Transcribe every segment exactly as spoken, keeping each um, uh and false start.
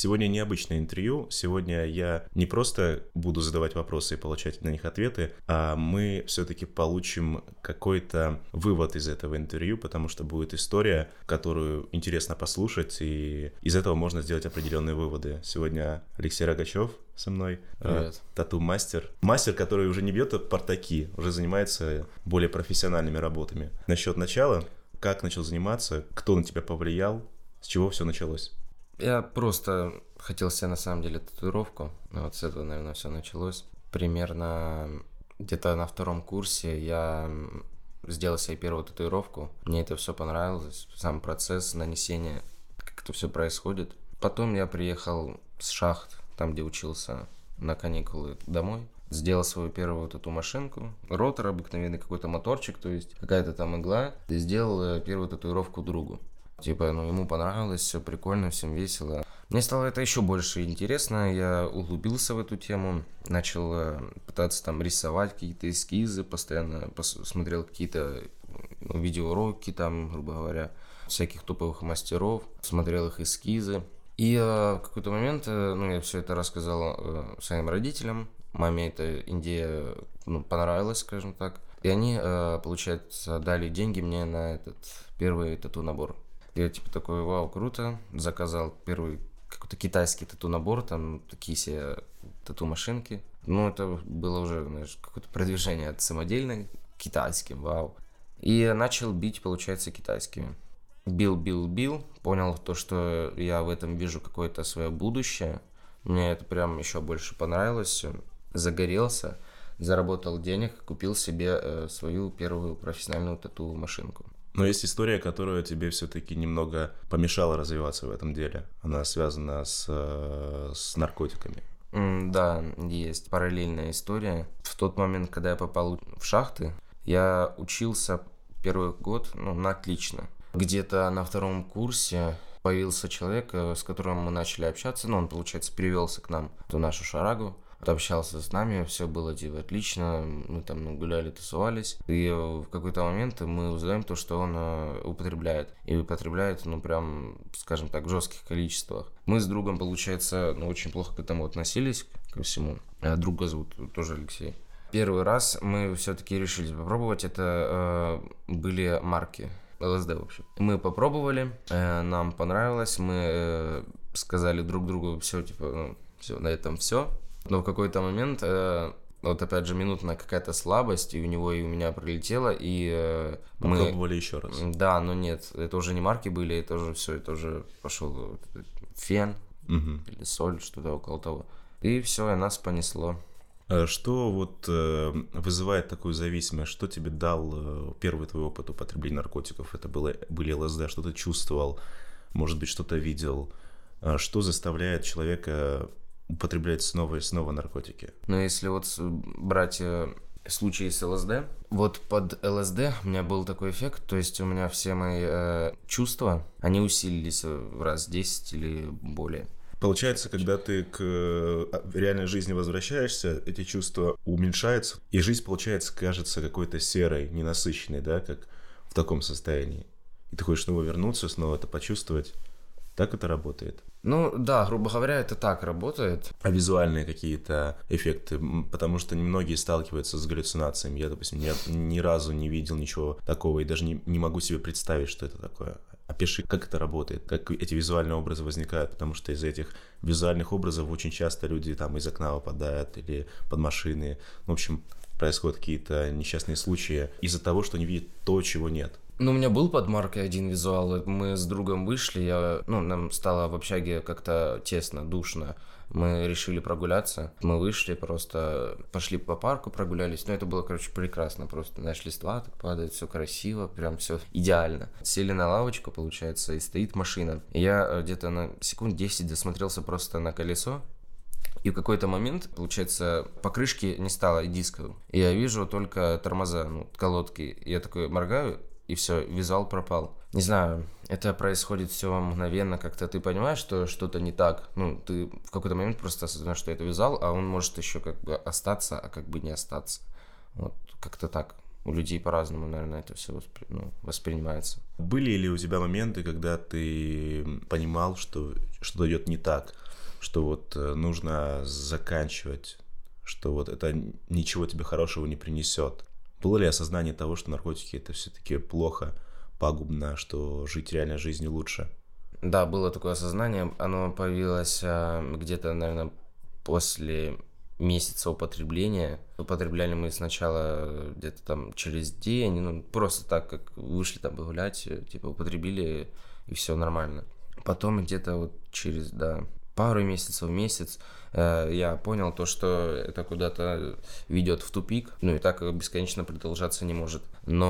Сегодня необычное интервью. Сегодня я не просто буду задавать вопросы и получать на них ответы, а мы все-таки получим какой-то вывод из этого интервью, потому что будет история, которую интересно послушать, и из этого можно сделать определенные выводы. Сегодня Алексей Рогачев со мной, Привет. тату-мастер. Мастер, который уже не бьет портаки, уже занимается более профессиональными работами. Насчет начала, как начал заниматься, кто на тебя повлиял, с чего все началось? Я просто хотел себе на самом деле татуировку. Вот с этого, наверное, все началось. Примерно где-то на втором курсе я сделал себе первую татуировку. Мне это все понравилось, сам процесс нанесения, как это все происходит. Потом я приехал с шахт, там, где учился, на каникулы домой. Сделал свою первую тату-машинку. Ротор, обыкновенный какой-то моторчик, то есть какая-то там игла. И сделал первую татуировку другу. Типа, ну, ему понравилось, все прикольно, всем весело. Мне стало это еще больше интересно, я углубился в эту тему, начал пытаться там рисовать какие-то эскизы, постоянно пос- смотрел какие-то ну, видеоуроки там, грубо говоря, всяких топовых мастеров, смотрел их эскизы. И э, в какой-то момент, э, ну, я все это рассказал э, своим родителям, маме эта идея ну, понравилась, скажем так. И они, э, получается, дали деньги мне на этот первый тату-набор. Я типа такой, вау, круто, заказал первый какой-то китайский тату-набор, там такие себе тату-машинки. Ну, это было уже, знаешь, какое-то продвижение от самодельной к китайским, вау. И начал бить, получается, китайскими. Бил, бил, бил, понял то, что я в этом вижу какое-то свое будущее. Мне это прям еще больше понравилось, загорелся, заработал денег, купил себе э, свою первую профессиональную тату-машинку. Но есть история, которая тебе все-таки немного помешала развиваться в этом деле. Она связана с, с наркотиками. Mm, да, есть параллельная история. В тот момент, когда я попал в шахты, я учился первый год ну, на отлично. Где-то на втором курсе появился человек, с которым мы начали общаться. Ну, он, получается, перевелся к нам, в нашу шарагу. Общался с нами, все было типа отлично, мы там ну, гуляли, тусовались. И в какой-то момент мы узнаем то, что он э, употребляет. И употребляет, ну прям, скажем так, в жестких количествах. Мы с другом, получается, ну очень плохо к этому относились, ко всему. А друга зовут тоже Алексей. Первый раз мы все-таки решили попробовать, это э, были марки. ЛСД, в общем. Мы попробовали, э, нам понравилось, мы э, сказали друг другу, все, типа, ну, все, на этом все. Но в какой-то момент, э, вот опять же, минутная какая-то слабость, и у него, и у меня пролетела, и э, мы... Попробовали еще раз. Да, но нет, это уже не марки были, это уже все, это уже пошел фен угу. или соль, что-то около того. И все, и нас понесло. Что вот э, вызывает такую зависимость? Что тебе дал э, первый твой опыт употребления наркотиков? Это было, были ЛСД, что ты чувствовал, может быть, что-то видел? Что заставляет человека употреблять снова и снова наркотики? Ну, если вот брать э, случаи с ЛСД, вот под ЛСД у меня был такой эффект, то есть у меня все мои э, чувства, они усилились в раз десять или более. Получается, когда ты к реальной жизни возвращаешься, эти чувства уменьшаются, и жизнь, получается, кажется какой-то серой, ненасыщенной, да, как в таком состоянии. И ты хочешь снова вернуться, снова это почувствовать. Так это работает? Ну, да, грубо говоря, это так работает. А визуальные какие-то эффекты? Потому что немногие сталкиваются с галлюцинациями. Я, допустим, ни, ни разу не видел ничего такого и даже не, не могу себе представить, что это такое. Опиши, как это работает, как эти визуальные образы возникают, потому что из этих визуальных образов очень часто люди там из окна выпадают или под машины. В общем, происходят какие-то несчастные случаи из-за того, что они видят то, чего нет. Ну, у меня был под маркой один визуал. Мы с другом вышли, я, ну, нам стало в общаге как-то тесно, душно. Мы решили прогуляться. Мы вышли, просто пошли по парку, прогулялись. Ну, это было, короче, прекрасно. Просто, знаешь, листва так падает, все красиво, прям все идеально. Сели на лавочку, получается, и стоит машина. И я где-то на секунд десять досмотрелся просто на колесо. И в какой-то момент, получается, покрышки не стало и диска. И я вижу только тормоза, ну, колодки. И я такой моргаю, и все, визуал пропал. Не знаю, это происходит все мгновенно, как-то ты понимаешь, что что-то не так. Ну, ты в какой-то момент просто осознаешь, что это визуал, а он может еще как бы остаться, а как бы не остаться. Вот как-то так. У людей по-разному, наверное, это все воспри... ну, воспринимается. Были ли у тебя моменты, когда ты понимал, что что-то идет не так? что вот э, нужно заканчивать, что вот это ничего тебе хорошего не принесет. Было ли осознание того, что наркотики это все-таки плохо, пагубно, что жить реальной жизнью лучше? Да, было такое осознание, оно появилось а, где-то, наверное, после месяца употребления. Употребляли мы сначала где-то там через день, ну, просто так, как вышли там погулять, типа употребили, и все нормально. Потом где-то вот через, да, пару месяцев, месяц э, я понял то, что это куда-то ведет в тупик, ну и так бесконечно продолжаться не может.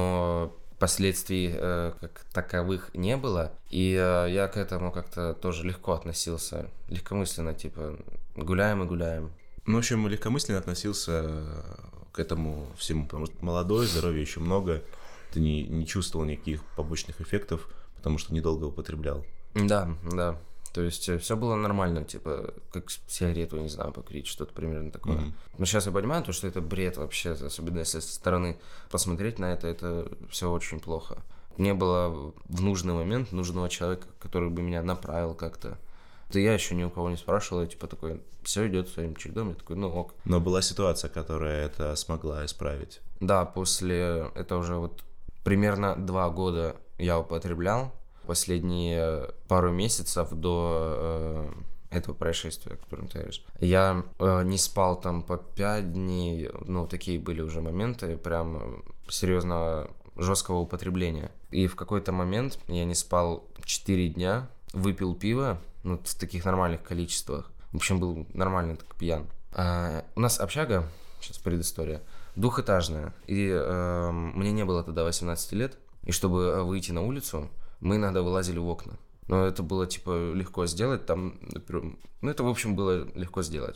Но последствий э, как таковых не было, и э, я к этому как-то тоже легко относился, легкомысленно, типа гуляем и гуляем. Ну, в общем, легкомысленно относился к этому всему, потому что молодой, здоровья еще много, ты не, не чувствовал никаких побочных эффектов, потому что недолго употреблял. Да, да. То есть все было нормально, типа, как сигарету, не знаю, покурить, что-то примерно такое. Mm-hmm. Но сейчас я понимаю, то, что это бред вообще, особенно если со стороны посмотреть на это, это все очень плохо. Не было в нужный момент нужного человека, который бы меня направил как-то. Да я еще ни у кого не спрашивал, я типа такой, все идет своим чередом, я такой, ну ок. Но была ситуация, которая это смогла исправить. Да, после, это уже вот примерно два года я употреблял. Последние пару месяцев до э, этого происшествия, о котором ты говоришь, я э, не спал там по пять дней, ну, такие были уже моменты, прям серьезно жесткого употребления. И в какой-то момент я не спал четыре дня, выпил пиво, ну, в таких нормальных количествах. В общем, был нормально так пьян. А, у нас общага, сейчас предыстория, двухэтажная, и э, мне не было тогда восемнадцати лет, и чтобы выйти на улицу, мы иногда вылазили в окна. Но это было, типа, легко сделать. Там, ну, это, в общем, было легко сделать.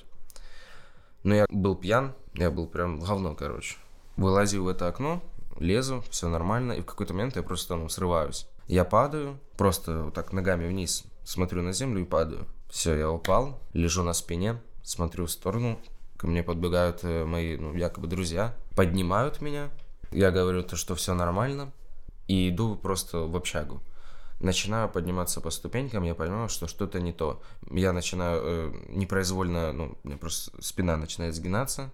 Но я был пьян, я был прям говно, короче. Вылазил в это окно, лезу, все нормально, и в какой-то момент я просто, ну, срываюсь. Я падаю, просто вот так ногами вниз, смотрю на землю и падаю. Все, я упал, лежу на спине, смотрю в сторону, ко мне подбегают мои, ну, якобы друзья, поднимают меня. Я говорю то, что все нормально, и иду просто в общагу. Начинаю подниматься по ступенькам, я понимаю, что что-то не то. Я начинаю э, непроизвольно, ну, у меня просто спина начинает сгинаться.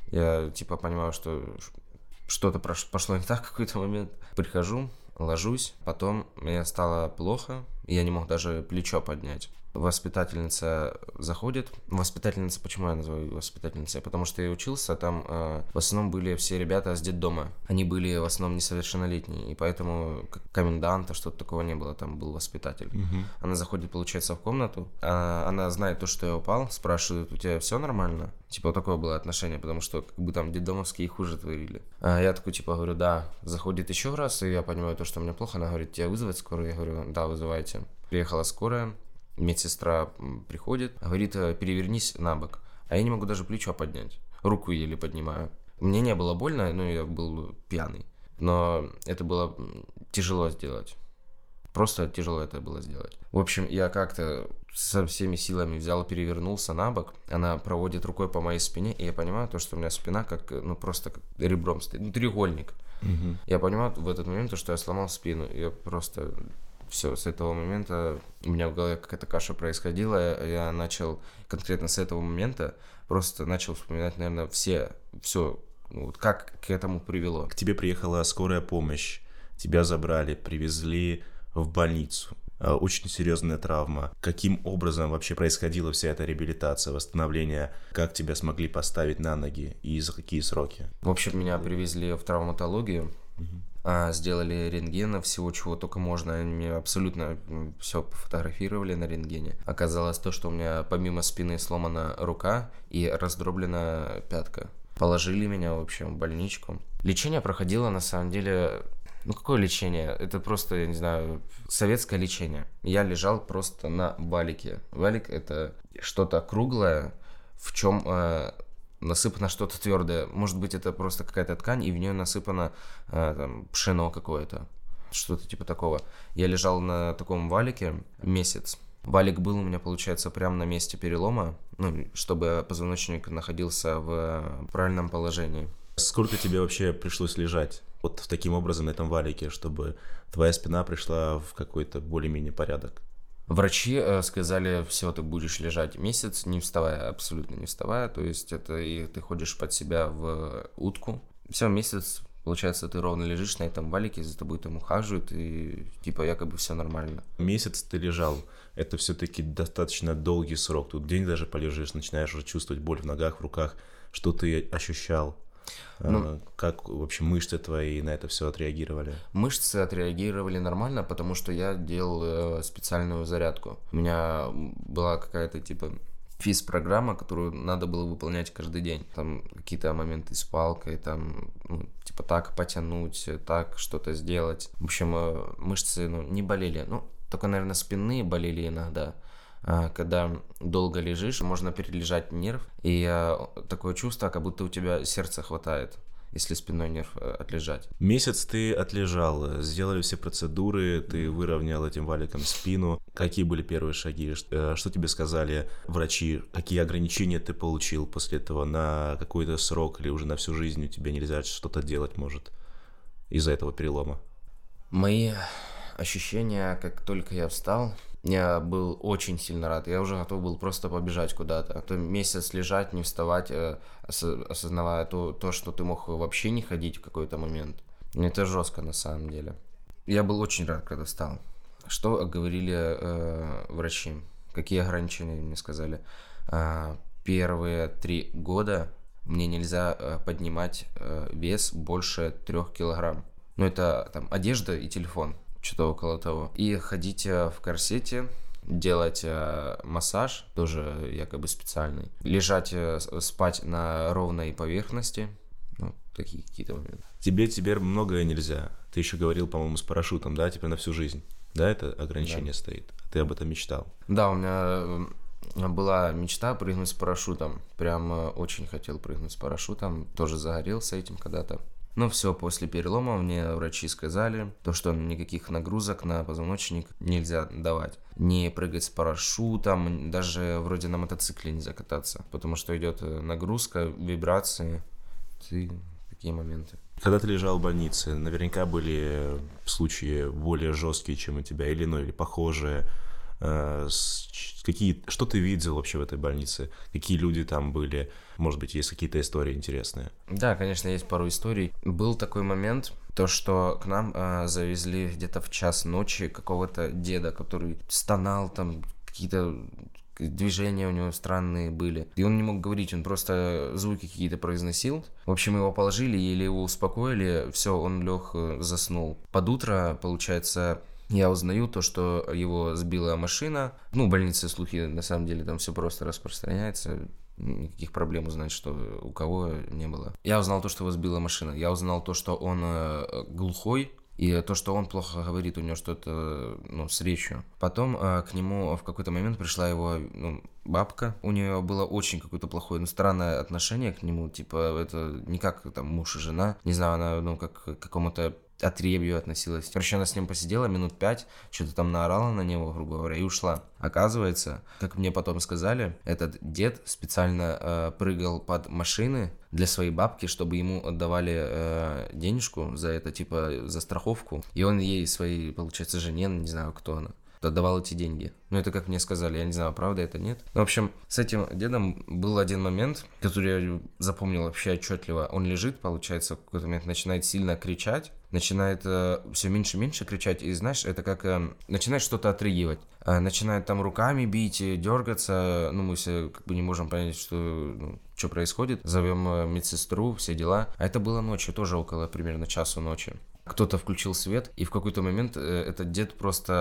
Я, типа, понимаю, что что-то пошло не так в какой-то момент. Прихожу, ложусь, потом мне стало плохо, и я не мог даже плечо поднять. Воспитательница заходит. Воспитательница, почему я называю воспитательницей? Потому что я учился, там э, в основном были все ребята с детдома. Они были в основном несовершеннолетние, и поэтому как коменданта, что-то такого не было, там был воспитатель. Uh-huh. Она заходит, получается, в комнату, а, она знает то, что я упал, спрашивает, у тебя все нормально? Типа, вот такое было отношение, потому что как бы там детдомовские хуже творили. А я такой, типа, говорю, да. Заходит еще раз, и я понимаю то, что мне плохо. Она говорит, тебя вызвать скорую? Я говорю, да, вызывайте. Приехала скорая. Медсестра приходит, говорит, перевернись на бок. А я не могу даже плечо поднять. Руку еле поднимаю. Мне не было больно, но я был пьяный. Но это было тяжело сделать. Просто тяжело это было сделать. В общем, я как-то со всеми силами взял, перевернулся на бок. Она проводит рукой по моей спине, и я понимаю то, что у меня спина как, ну, просто как ребром стоит. Ну, треугольник. Угу. Я понимаю в этот момент, что я сломал спину. Я просто... Все, с этого момента у меня в голове какая-то каша происходила, я начал конкретно с этого момента просто начал вспоминать, наверное, все, все, ну, вот как к этому привело. К тебе приехала скорая помощь, тебя забрали, привезли в больницу. Очень серьезная травма. Каким образом вообще происходила вся эта реабилитация, восстановление? Как тебя смогли поставить на ноги и за какие сроки? В общем, меня привезли в травматологию. Угу. А, сделали рентген, всего чего только можно. Они мне абсолютно все пофотографировали на рентгене. Оказалось то, что у меня помимо спины сломана рука и раздроблена пятка. Положили меня, в общем, в больничку. Лечение проходило, на самом деле... Ну, какое лечение? Это просто, я не знаю, советское лечение. Я лежал просто на валике. Валик — это что-то круглое, в чем... Э, насыпано что-то твердое. Может быть, это просто какая-то ткань, и в нее насыпано э, там, пшено какое-то. Что-то типа такого. Я лежал на таком валике месяц. Валик был у меня, получается, прямо на месте перелома, ну, чтобы позвоночник находился в правильном положении. Сколько тебе вообще пришлось лежать вот таким образом на этом валике, чтобы твоя спина пришла в какой-то более-менее порядок? Врачи э, сказали, все, ты будешь лежать месяц, не вставая, абсолютно не вставая, то есть это и ты ходишь под себя в утку. Все, месяц, получается, ты ровно лежишь на этом валике, за тобой там ухаживают, и типа якобы все нормально. Месяц ты лежал, это все-таки достаточно долгий срок, тут день даже полежишь, начинаешь уже чувствовать боль в ногах, в руках, что ты ощущал? Ну, как вообще мышцы твои на это все отреагировали? Мышцы отреагировали нормально, потому что я делал э, специальную зарядку. У меня была какая-то типа физ-программа, которую надо было выполнять каждый день. Там какие-то моменты с палкой, там, ну, типа так потянуть, так что-то сделать. В общем, э, мышцы ну, не болели. Ну, только, наверное, спинные болели иногда. А, когда долго лежишь, можно перележать нерв, и а, такое чувство, как будто у тебя сердца хватает, если спинной нерв а, отлежать. Месяц ты отлежал, сделали все процедуры, ты выровнял этим валиком спину. Какие были первые шаги? Что, что тебе сказали врачи? Какие ограничения ты получил после этого на какой-то срок или уже на всю жизнь у тебя нельзя что-то делать, может, из-за этого перелома? Мои ощущения, как только я встал, я был очень сильно рад. Я уже готов был просто побежать куда-то. А то месяц лежать, не вставать, осознавая то, то, что ты мог вообще не ходить в какой-то момент. Это жестко на самом деле. Я был очень рад, когда встал. Что говорили э, врачи? Какие ограничения мне сказали? Э, первые три года мне нельзя э, поднимать э, вес больше трех килограмм. Ну, это там одежда и телефон. Что-то около того. И ходить в корсете, делать э, массаж, тоже якобы специальный. Лежать, э, спать на ровной поверхности. Ну, такие какие-то моменты. Тебе теперь многое нельзя. Ты еще говорил, по-моему, с парашютом, да? Теперь на всю жизнь. Да, это ограничение да. стоит? Ты об этом мечтал? Да, у меня была мечта прыгнуть с парашютом. Прям очень хотел прыгнуть с парашютом. Тоже загорелся этим когда-то. Ну все, после перелома мне врачи сказали, то, что никаких нагрузок на позвоночник нельзя давать. Не прыгать с парашютом, даже вроде на мотоцикле нельзя кататься, потому что идет нагрузка, вибрации и такие моменты. Когда ты лежал в больнице, наверняка были случаи более жесткие, чем у тебя, или, ну, или похожие. Какие, что ты видел вообще в этой больнице? Какие люди там были? Может быть, есть какие-то истории интересные? Да, конечно, есть пару историй. Был такой момент, то, что к нам э, завезли где-то в час ночи какого-то деда, который стонал, там какие-то движения у него странные были. И он не мог говорить, он просто звуки какие-то произносил. В общем, его положили, или его успокоили, все, он лег, заснул. Под утро, получается... Я узнаю то, что его сбила машина. Ну, в больнице слухи, на самом деле, там все просто распространяется. Никаких проблем узнать, что у кого не было. Я узнал то, что его сбила машина. Я узнал то, что он э, глухой. И то, что он плохо говорит, у него что-то, ну, с речью. Потом э, к нему в какой-то момент пришла его, ну, бабка. У нее было очень какое-то плохое, ну, странное отношение к нему. Типа, это не как там муж и жена. Не знаю, она, ну, как к какому-то отребью относилась. Короче, она с ним посидела минут пять, что-то там наорала на него, грубо говоря, и ушла. Оказывается, как мне потом сказали, этот дед специально э, прыгал под машины для своей бабки, чтобы ему отдавали э, денежку за это, типа, за страховку. И он ей, своей, получается, жене, не знаю, кто она, отдавал эти деньги. Ну, это как мне сказали, я не знаю, правда это, нет. Ну, в общем, с этим дедом был один момент, который я запомнил вообще отчетливо. Он лежит, получается, в какой-то момент начинает сильно кричать, начинает э, все меньше и меньше кричать, и знаешь, это как э, начинает что-то отрыгивать, э, начинает там руками бить, дергаться, ну, мы все как бы не можем понять, что, ну, что происходит, зовем э, медсестру, все дела, а это было ночью, тоже около примерно часу ночи. Кто-то включил свет, и в какой-то момент э, этот дед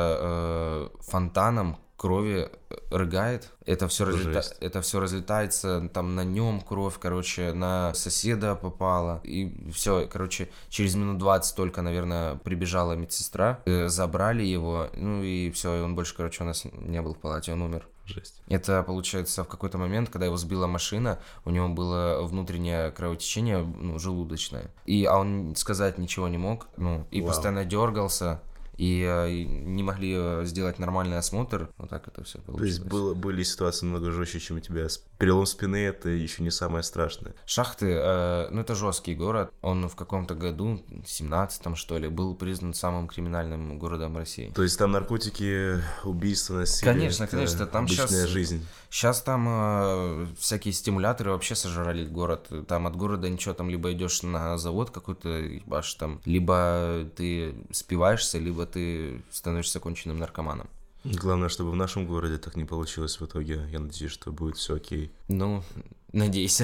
просто э, фонтаном крови рыгает. Это все, разлета... это все разлетается, там на нем кровь, короче, на соседа попала. И все, короче, через минут двадцать только, наверное, прибежала медсестра, э, забрали его, ну и все, и он больше, короче, у нас не был в палате, он умер. Жесть. Это, получается, в какой-то момент, когда его сбила машина, у него было внутреннее кровотечение, ну, желудочное. И, а он сказать ничего не мог, ну, и Вау. Постоянно дергался. и э, не могли э, сделать нормальный осмотр. Вот так это все получилось. То есть было, были ситуации намного жестче, чем у тебя. Перелом спины — это еще не самое страшное. Шахты, э, ну это жесткий город. Он в каком-то году, семнадцатом что ли, был признан самым криминальным городом России. То есть там наркотики, убийства, насилие. Конечно, конечно, там обычная сейчас жизнь. Сейчас там э, всякие стимуляторы вообще сожрали город. Там от города ничего, там либо идешь на завод какой-то, ебашь там, либо ты спиваешься, либо ты становишься конченным наркоманом. Главное, чтобы в нашем городе так не получилось в итоге. Я надеюсь, что будет все окей. Ну, надейся.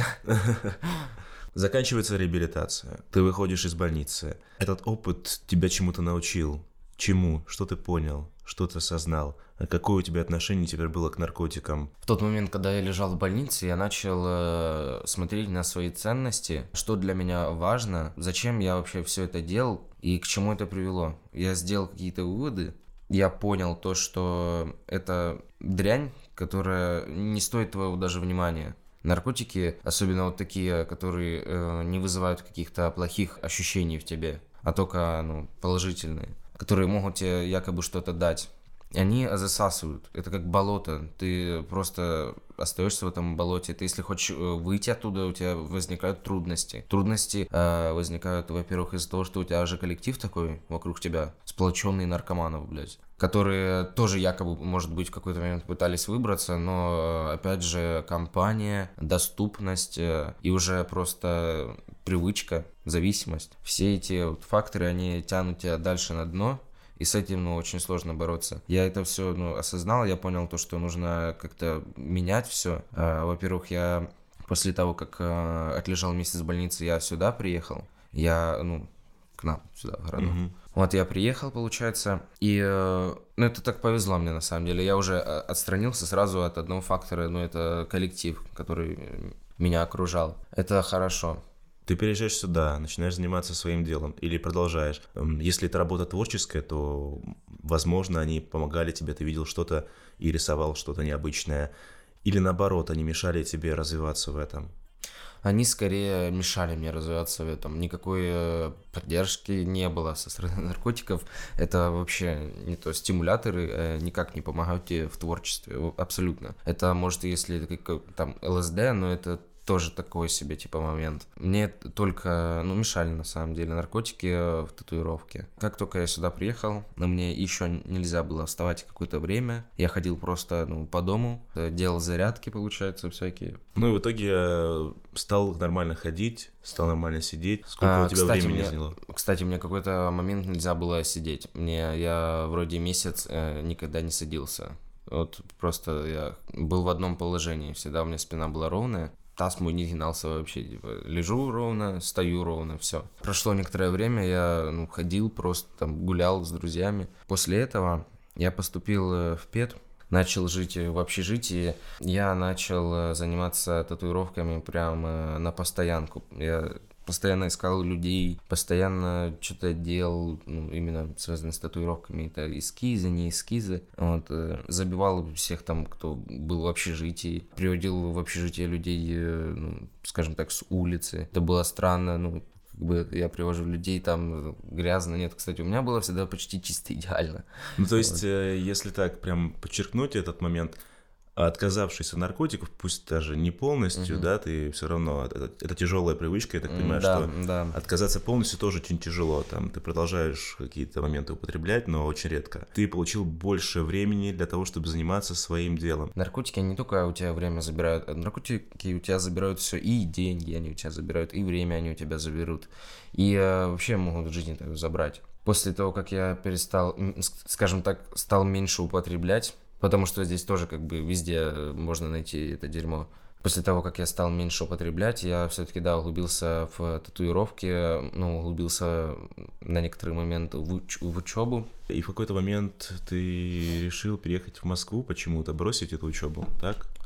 Заканчивается реабилитация. Ты выходишь из больницы. Этот опыт тебя чему-то научил. Чему? Что ты понял? Что ты осознал? А какое у тебя отношение теперь было к наркотикам? В тот момент, когда я лежал в больнице, я начал э, смотреть на свои ценности, что для меня важно, зачем я вообще все это делал и к чему это привело. Я сделал какие-то выводы, я понял то, что это дрянь, которая не стоит твоего даже внимания. Наркотики, особенно вот такие, которые э, не вызывают каких-то плохих ощущений в тебе, а только ну, положительные, которые могут тебе якобы что-то дать. Они засасывают. Это как болото. Ты просто остаешься в этом болоте. Ты, если хочешь выйти оттуда, у тебя возникают трудности. Трудности э, возникают, во-первых, из-за того, что у тебя же коллектив такой вокруг тебя, сплоченный наркоманов, блядь, которые тоже якобы, может быть, в какой-то момент пытались выбраться, но, опять же, компания, доступность э, и уже просто привычка, зависимость. Все эти вот факторы, они тянут тебя дальше на дно. И с этим, ну, очень сложно бороться. Я это все, ну, осознал, я понял то, что нужно как-то менять все. А, во-первых, я после того, как а, отлежал месяц в больнице, я сюда приехал. Я, ну, к нам сюда, в городу. Mm-hmm. Вот я приехал, получается, и, ну, это так повезло мне, на самом деле. Я уже отстранился сразу от одного фактора, ну, это коллектив, который меня окружал. Это хорошо. Ты переезжаешь сюда, начинаешь заниматься своим делом или продолжаешь. Если это работа творческая, то, возможно, они помогали тебе, ты видел что-то и рисовал что-то необычное. Или наоборот, они мешали тебе развиваться в этом. Они скорее мешали мне развиваться в этом. Никакой поддержки не было со стороны наркотиков. Это вообще не то. Стимуляторы никак не помогают тебе в творчестве. Абсолютно. Это может, если это как там ЛСД, но это тоже такой себе, типа, момент. Мне только, ну, мешали, на самом деле, наркотики в татуировке. Как только я сюда приехал, на мне еще нельзя было вставать какое-то время. Я ходил просто, ну, по дому, делал зарядки, получается, всякие. Ну, и в итоге стал нормально ходить, стал нормально сидеть. Сколько а, у тебя кстати, времени мне, заняло? Кстати, мне какой-то момент нельзя было сидеть. Мне, я вроде месяц э, никогда не садился. Вот просто я был в одном положении. Всегда у меня спина была ровная. Таз мой не гнался вообще, типа, лежу ровно, стою ровно, все. Прошло некоторое время, я, ну, ходил, просто там гулял с друзьями. После этого я поступил в пед, начал жить в общежитии. Я начал заниматься татуировками прямо на постоянку. Я постоянно искал людей, постоянно что-то делал, ну, именно связанное с татуировками. Это эскизы, не эскизы. Вот, забивал всех там, кто был в общежитии. Приводил в общежитие людей, ну, скажем так, с улицы. Это было странно, ну, как бы я привожу людей, там грязно. Нет, кстати, у меня было всегда почти чисто идеально. Ну, то есть, вот. Если так прям подчеркнуть этот момент, отказавшись от наркотиков, пусть даже не полностью, uh-huh. да, ты все равно, это, это тяжелая привычка, я так понимаю, да, что да. отказаться полностью тоже очень тяжело, там, ты продолжаешь какие-то моменты употреблять, но очень редко. Ты получил больше времени для того, чтобы заниматься своим делом. Наркотики не только у тебя время забирают, наркотики у тебя забирают все, и деньги они у тебя забирают, и время они у тебя заберут, и э, вообще могут жизнь твою забрать. После того, как я перестал, скажем так, стал меньше употреблять, потому что здесь тоже как бы везде можно найти это дерьмо. После того, как я стал меньше употреблять, я все-таки, да, углубился в татуировки, ну, углубился на некоторый момент в, уч- в учебу. И в какой-то момент ты решил переехать в Москву почему-то, бросить эту учебу, так?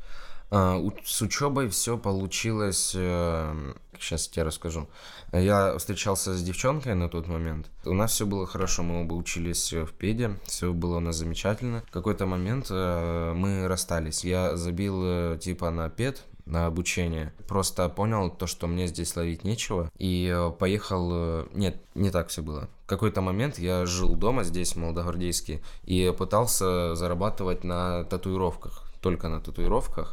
А, у- с учебой все получилось. э, Сейчас я тебе расскажу. Я встречался с девчонкой на тот момент. У нас все было хорошо, мы оба учились в педе, все было у нас замечательно. В какой-то момент э, мы расстались. Я забил э, типа на пед, на обучение. Просто понял то, что мне здесь ловить нечего. И э, поехал... э, Нет, не так все было. В какой-то момент я жил дома здесь, в Молодогвардейске, и пытался зарабатывать на татуировках. Только на татуировках.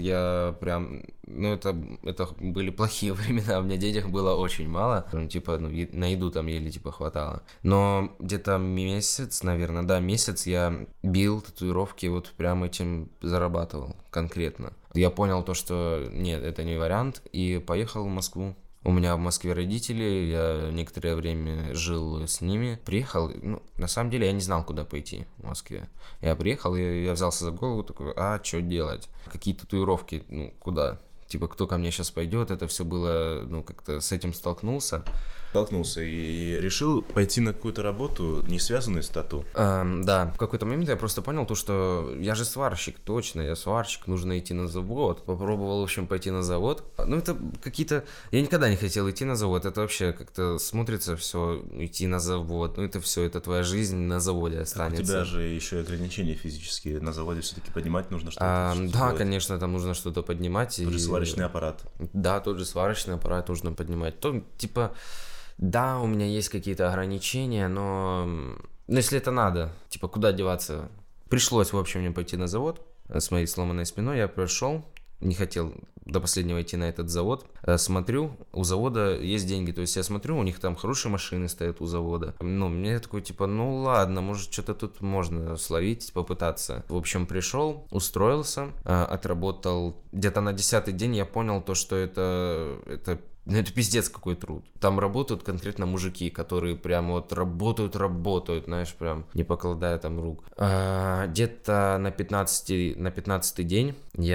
Я прям, ну это, это были плохие времена, у меня денег было очень мало, ну, типа, ну, е- на еду там еле, типа, хватало. Но где-то месяц, наверное, да, месяц я бил татуировки, вот прям этим зарабатывал конкретно. Я понял то, что нет, это не вариант, и поехал в Москву. У меня в Москве родители, я некоторое время жил с ними. Приехал, ну, на самом деле я не знал, куда пойти в Москве. Я приехал, и я взялся за голову, такой, а, что делать? Какие татуировки, ну, куда? Типа, кто ко мне сейчас пойдет? Это все было, ну, как-то с этим столкнулся. Столкнулся и решил пойти на какую-то работу, не связанную с тату. Эм, да, в какой-то момент я просто понял то, что я же сварщик, точно, я сварщик, нужно идти на завод. Попробовал, в общем, пойти на завод. Ну, это какие-то... Я никогда не хотел идти на завод, это вообще как-то смотрится все, идти на завод, ну, это все, это твоя жизнь на заводе останется. У тебя же еще и ограничения физические, на заводе все-таки поднимать нужно что-то. А, что-то да, делать. конечно, там нужно что-то поднимать. Тот же и- сварочный аппарат. Да, тот же сварочный аппарат нужно поднимать. То, типа, да, у меня есть какие-то ограничения, но... Но если это надо, типа, куда деваться? Пришлось, в общем, мне пойти на завод с моей сломанной спиной. Я прошел, не хотел до последнего идти на этот завод. Э, Смотрю, у завода есть деньги. То есть я смотрю, у них там хорошие машины стоят у завода. Ну, мне такой, типа, ну ладно, может, что-то тут можно словить, попытаться. В общем, пришел, устроился, э, отработал. Где-то на десятый день я понял то, что это... это ну, это пиздец какой труд. Там работают конкретно мужики, которые прям вот работают, работают, знаешь, прям не покладая там рук. А, где-то на пятнадцатый, на пятнадцатый день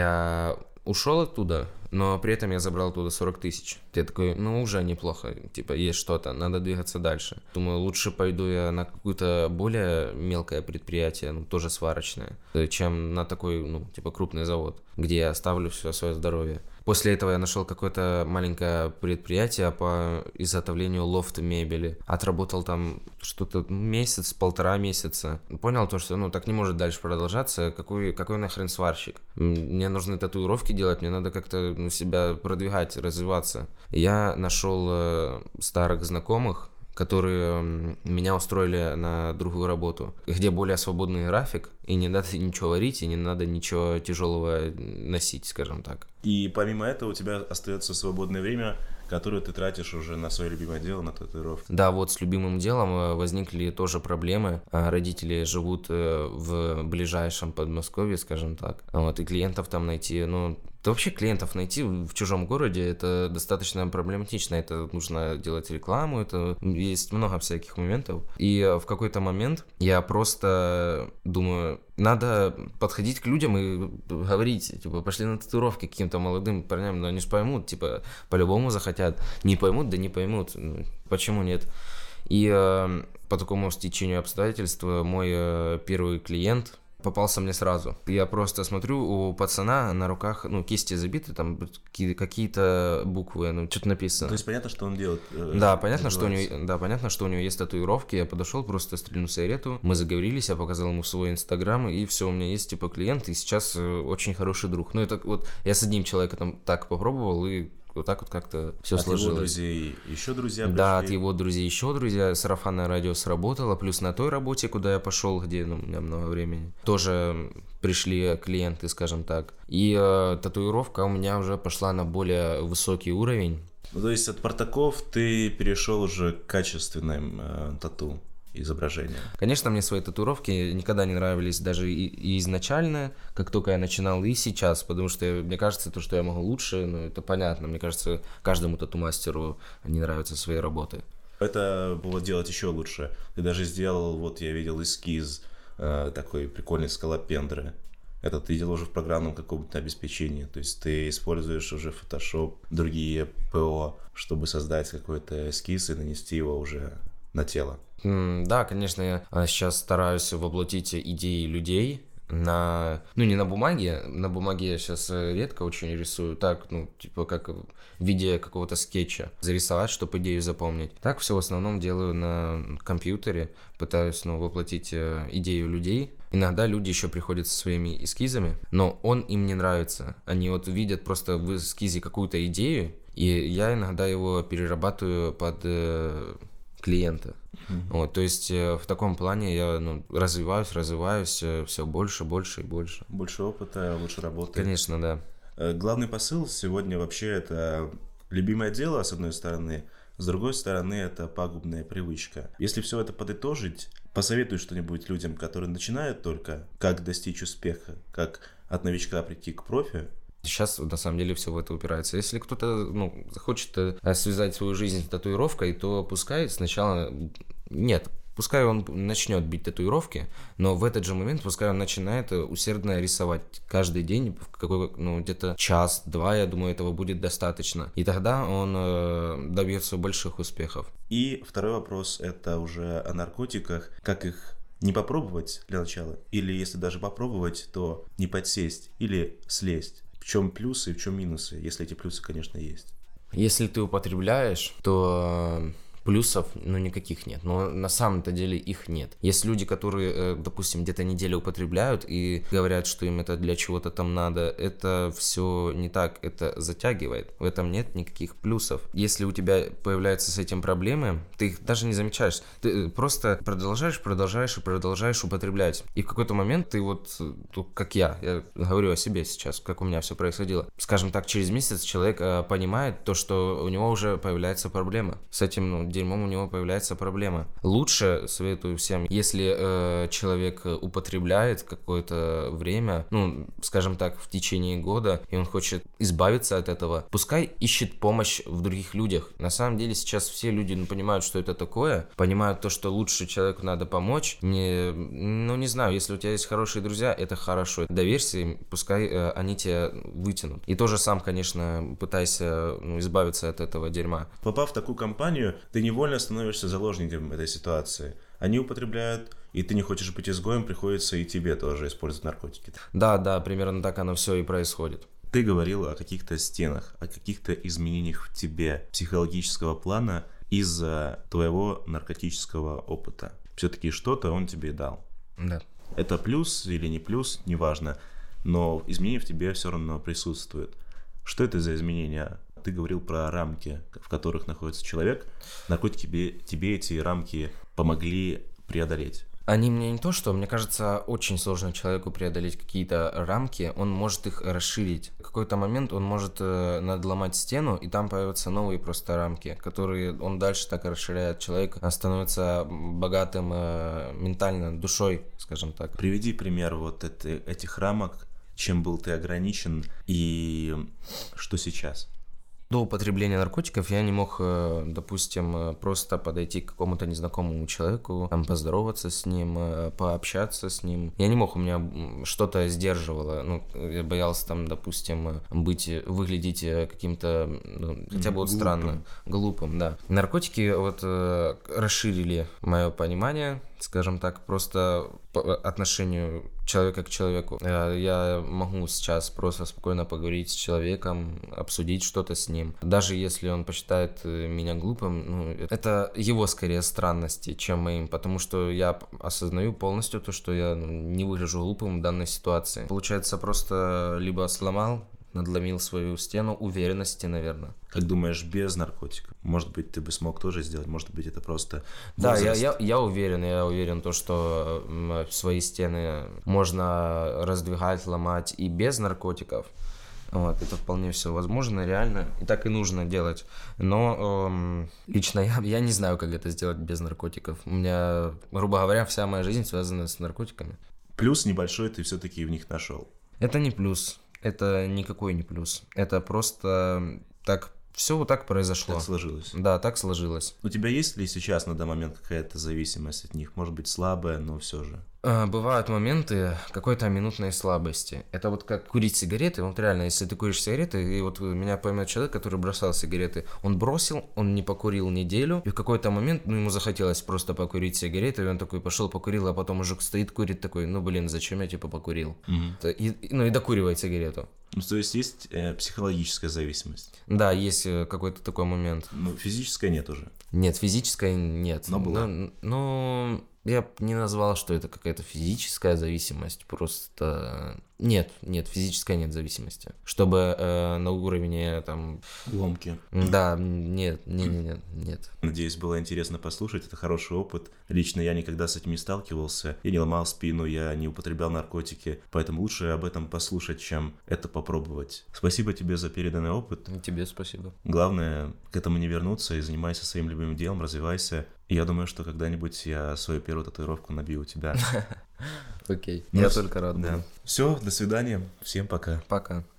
я ушел оттуда, но при этом я забрал туда сорок тысяч. Я такой, ну уже неплохо, типа есть что-то, надо двигаться дальше. Думаю, лучше пойду я на какое-то более мелкое предприятие, ну тоже сварочное, чем на такой, ну типа крупный завод, где я оставлю все свое здоровье. После этого я нашел какое-то маленькое предприятие по изготовлению лофт-мебели. Отработал там что-то месяц, полтора месяца. Понял то, что ну так не может дальше продолжаться. Какой, какой нахрен сварщик? Мне нужны татуировки делать, мне надо как-то ну, себя продвигать, развиваться. Я нашел э, старых знакомых, которые меня устроили на другую работу, где более свободный график, и не надо ничего варить, и не надо ничего тяжелого носить, скажем так. И помимо этого у тебя остается свободное время, которое ты тратишь уже на свое любимое дело, на татуировки. Да, вот с любимым делом возникли тоже проблемы. Родители живут в ближайшем Подмосковье, скажем так, вот, и клиентов там найти, ну, да вообще клиентов найти в чужом городе это достаточно проблематично. Это нужно делать рекламу, это есть много всяких моментов. И в какой-то момент я просто думаю, надо подходить к людям и говорить, типа, пошли на татуировки каким-то молодым парням, но они же поймут, типа, по-любому захотят. Не поймут, да не поймут. Почему нет? И э, по такому стечению обстоятельств мой э, первый клиент попался мне сразу. Я просто смотрю, у пацана на руках, ну, кисти забиты, там какие-то буквы, ну, что-то написано. То есть понятно, что он делает? Э, да, понятно, что у него, да, понятно, что у него есть татуировки. Я подошел, просто стрельнул сигарету, мы заговорились, я показал ему свой инстаграм, и все, у меня есть, типа, клиент, и сейчас э, очень хороший друг. Ну, это вот, я с одним человеком так попробовал, и вот так вот как-то все от сложилось. От его друзей еще друзья пришли? Да, от его друзей еще друзья. Сарафанное радио сработало. Плюс на той работе, куда я пошел, где ну, у меня много времени, тоже пришли клиенты, скажем так. И э, татуировка у меня уже пошла на более высокий уровень. Ну, то есть от портаков ты перешел уже к качественным э, тату изображения. Конечно, мне свои татуировки никогда не нравились даже и, и изначально, как только я начинал, и сейчас, потому что мне кажется, то, что я могу лучше, ну, это понятно. Мне кажется, каждому тату-мастеру не нравятся свои работы. Это было делать еще лучше. Ты даже сделал, вот я видел эскиз э, такой прикольной скалопендры. Это ты делал уже в программном каком-то обеспечении. То есть ты используешь уже Photoshop, другие ПО, чтобы создать какой-то эскиз и нанести его уже на тело. Mm, да, конечно, я сейчас стараюсь воплотить идеи людей на... Ну, не на бумаге. На бумаге я сейчас редко очень рисую. Так, ну, типа, как в виде какого-то скетча. Зарисовать, чтобы идею запомнить. Так все в основном делаю на компьютере. Пытаюсь, ну, воплотить идею людей. Иногда люди еще приходят со своими эскизами, но он им не нравится. Они вот видят просто в эскизе какую-то идею, и я иногда его перерабатываю под э, клиента. Mm-hmm. Вот, то есть э, в таком плане я ну, развиваюсь, развиваюсь э, все больше, больше и больше. Больше опыта, лучше работы. Конечно, да. Э, главный посыл сегодня вообще это любимое дело, с одной стороны, с другой стороны, это пагубная привычка. Если все это подытожить, посоветуй что-нибудь людям, которые начинают только, как достичь успеха, как от новичка прийти к профи. Сейчас, на самом деле, все в это упирается. Если кто-то ну, захочет связать свою жизнь с татуировкой, то пускай сначала... Нет, пускай он начнет бить татуировки, но в этот же момент пускай он начинает усердно рисовать каждый день, в какой, ну, где-то час-два, я думаю, этого будет достаточно. И тогда он э, добьется больших успехов. И второй вопрос, это уже о наркотиках. Как их не попробовать для начала? Или если даже попробовать, то не подсесть или слезть? В чем плюсы и в чем минусы, если эти плюсы, конечно, есть? Если ты употребляешь, то... Плюсов, ну, никаких нет, но на самом-то деле их нет. Есть люди, которые, допустим, где-то неделю употребляют и говорят, что им это для чего-то там надо. Это все не так, это затягивает. В этом нет никаких плюсов. Если у тебя появляются с этим проблемы, ты их даже не замечаешь. Ты просто продолжаешь, продолжаешь и продолжаешь употреблять. И в какой-то момент ты вот, как я, я говорю о себе сейчас, как у меня все происходило. Скажем так, через месяц человек понимает то, что у него уже появляется проблема. С этим, ну, дерьмом у него появляется проблема. Лучше советую всем, если э, человек употребляет какое-то время, ну, скажем так, в течение года, и он хочет избавиться от этого, пускай ищет помощь в других людях. На самом деле сейчас все люди ну, понимают, что это такое, понимают то, что лучше человеку надо помочь. Не, ну, не знаю, если у тебя есть хорошие друзья, это хорошо. Доверься им, пускай э, они тебя вытянут. И тоже сам, конечно, пытайся ну, избавиться от этого дерьма. Попав в такую компанию, ты невольно становишься заложником этой ситуации. Они употребляют, и ты не хочешь быть изгоем, приходится и тебе тоже использовать наркотики. Да, да, примерно так оно все и происходит. Ты говорил о каких-то стенах, о каких-то изменениях в тебе психологического плана из-за твоего наркотического опыта. Все-таки что-то он тебе дал. Да. Это плюс или не плюс, неважно, но изменения в тебе все равно присутствуют. Что это за изменения? Ты говорил про рамки, в которых находится человек. Наркотики тебе, тебе эти рамки помогли преодолеть. Они мне не то, что, мне кажется, очень сложно человеку преодолеть какие-то рамки, он может их расширить. В какой-то момент он может э, надломать стену, и там появятся новые просто рамки, которые он дальше так расширяет. Человек становится богатым э, ментально, душой, скажем так. Приведи пример вот это, этих рамок, чем был ты ограничен и что сейчас. До употребления наркотиков я не мог, допустим, просто подойти к какому-то незнакомому человеку, там, поздороваться с ним, пообщаться с ним. Я не мог, у меня что-то сдерживало. Ну, я боялся там, допустим, быть, выглядеть каким-то, ну, хотя бы вот глупым. Странно, глупым, да. Наркотики вот расширили мое понимание, скажем так, просто по отношению человека к человеку. Я могу сейчас просто спокойно поговорить с человеком, обсудить что-то с ним. Даже если он посчитает меня глупым, ну, это его скорее странности, чем моим, потому что я осознаю полностью то, что я не выгляжу глупым в данной ситуации. Получается, просто либо сломал, надломил свою стену уверенности, наверное. Как думаешь, без наркотиков? Может быть, ты бы смог тоже сделать? Может быть, это просто Да, я, я, я уверен, я уверен, то, что свои стены можно раздвигать, ломать и без наркотиков. Вот, это вполне все возможно, реально, и так и нужно делать. Но эм, лично я, я не знаю, как это сделать без наркотиков. У меня, грубо говоря, вся моя жизнь связана с наркотиками. Плюс небольшой ты все-таки в них нашел. Это не плюс. Это никакой не плюс. Это просто так все вот так произошло. Так сложилось. Да, так сложилось. У тебя есть ли сейчас на данный момент какая-то зависимость от них? Может быть, слабая, но все же. А, Бывают моменты какой-то минутной слабости. Это вот как курить сигареты. Вот реально, если ты куришь сигареты, и вот меня поймет человек, который бросал сигареты, он бросил, он не покурил неделю, и в какой-то момент, ну, ему захотелось просто покурить сигареты, и он такой пошел покурил, а потом уже стоит, курит такой, ну, блин, зачем я, типа, покурил? Угу. И, и- ну, и докуривает сигарету. Ну, то есть есть э, психологическая зависимость. Да, есть э, какой-то такой момент. Ну, физическая нет уже. Нет, физической нет. Но была. Но, но я б не назвал, что это какая-то физическая зависимость. Просто нет, нет, физической нет зависимости. Чтобы э, на уровне там... Ломки. Да, нет, нет, нет, нет, нет. Надеюсь, было интересно послушать. Это хороший опыт. Лично я никогда с этим не сталкивался. Я не ломал спину, я не употреблял наркотики. Поэтому лучше об этом послушать, чем это попробовать. Спасибо тебе за переданный опыт. И тебе спасибо. Главное, к этому не вернуться и занимайся своим любимым делом, развивайся. И я думаю, что когда-нибудь я свою первую татуировку набью у тебя. Окей, Ну, я с- только рад Да. буду. Все, до свидания. Всем пока. Пока.